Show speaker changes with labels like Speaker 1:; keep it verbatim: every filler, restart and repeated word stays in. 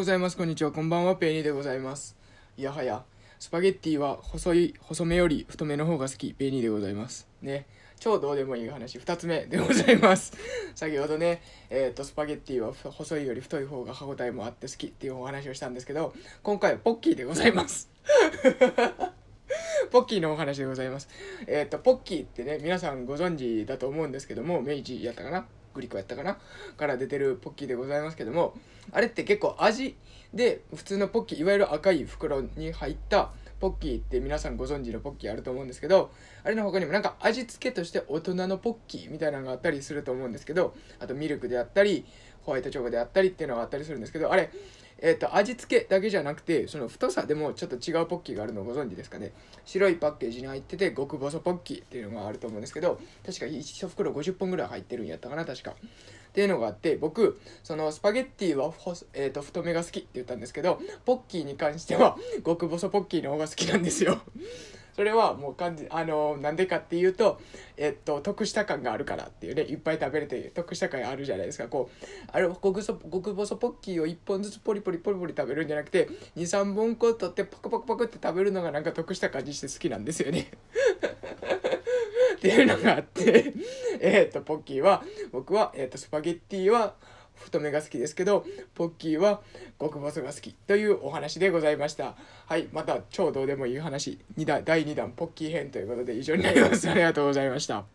Speaker 1: ございます。こんにちは。こんばんは。ペイニーでございます。いやはや、スパゲッティは細い、細めより太めの方が好き。ペイニーでございます。ね。超どうでもいい話、ふたつめでございます。先ほどね、えっ、と、スパゲッティは細いより太い方が歯応えもあって好きっていうお話をしたんですけど、今回はポッキーでございます。ポッキーのお話でございます。えっ、と、ポッキーってね、皆さんご存知だと思うんですけども、明治やったかなグリコやったかなから出てるポッキーでございますけども、あれって結構味で、普通のポッキー、いわゆる赤い袋に入ったポッキーって皆さんご存知のポッキーあると思うんですけど、あれの他にもなんか味付けとして大人のポッキーみたいなのがあったりすると思うんですけど、あとミルクであったり、ホワイトチョコであったりっていうのがあったりするんですけど、あれ、えっと、味付けだけじゃなくて、その太さでもちょっと違うポッキーがあるのをご存知ですかね。白いパッケージに入ってて、極細ポッキーっていうのがあると思うんですけど、確かいち袋ごじゅっぽんぐらい入ってるんやったかな、確か。っていうのがあって、僕、そのスパゲッティはほ、えー、と太めが好きって言ったんですけど、ポッキーに関しては極細ポッキーの方が好きなんですよ。それはもう感じ、あのー、なんでかっていうと、えっと、得した感があるからっていうね、いっぱい食べれて得した感あるじゃないですか。こう、あれ、極細、極細ポッキーをいっぽんずつポリポリポリポリ食べるんじゃなくて、に、さんぼんこ取ってパクパクパクって食べるのがなんか得した感じして好きなんですよね。っていうのがあってえっと、ポッキーは、僕は、えっと、スパゲッティは、太めが好きですけど、ポッキーは極細が好きというお話でございました。はい、また超どうでもいい話、にだんだいにだんポッキー編ということで以上になります。ありがとうございました。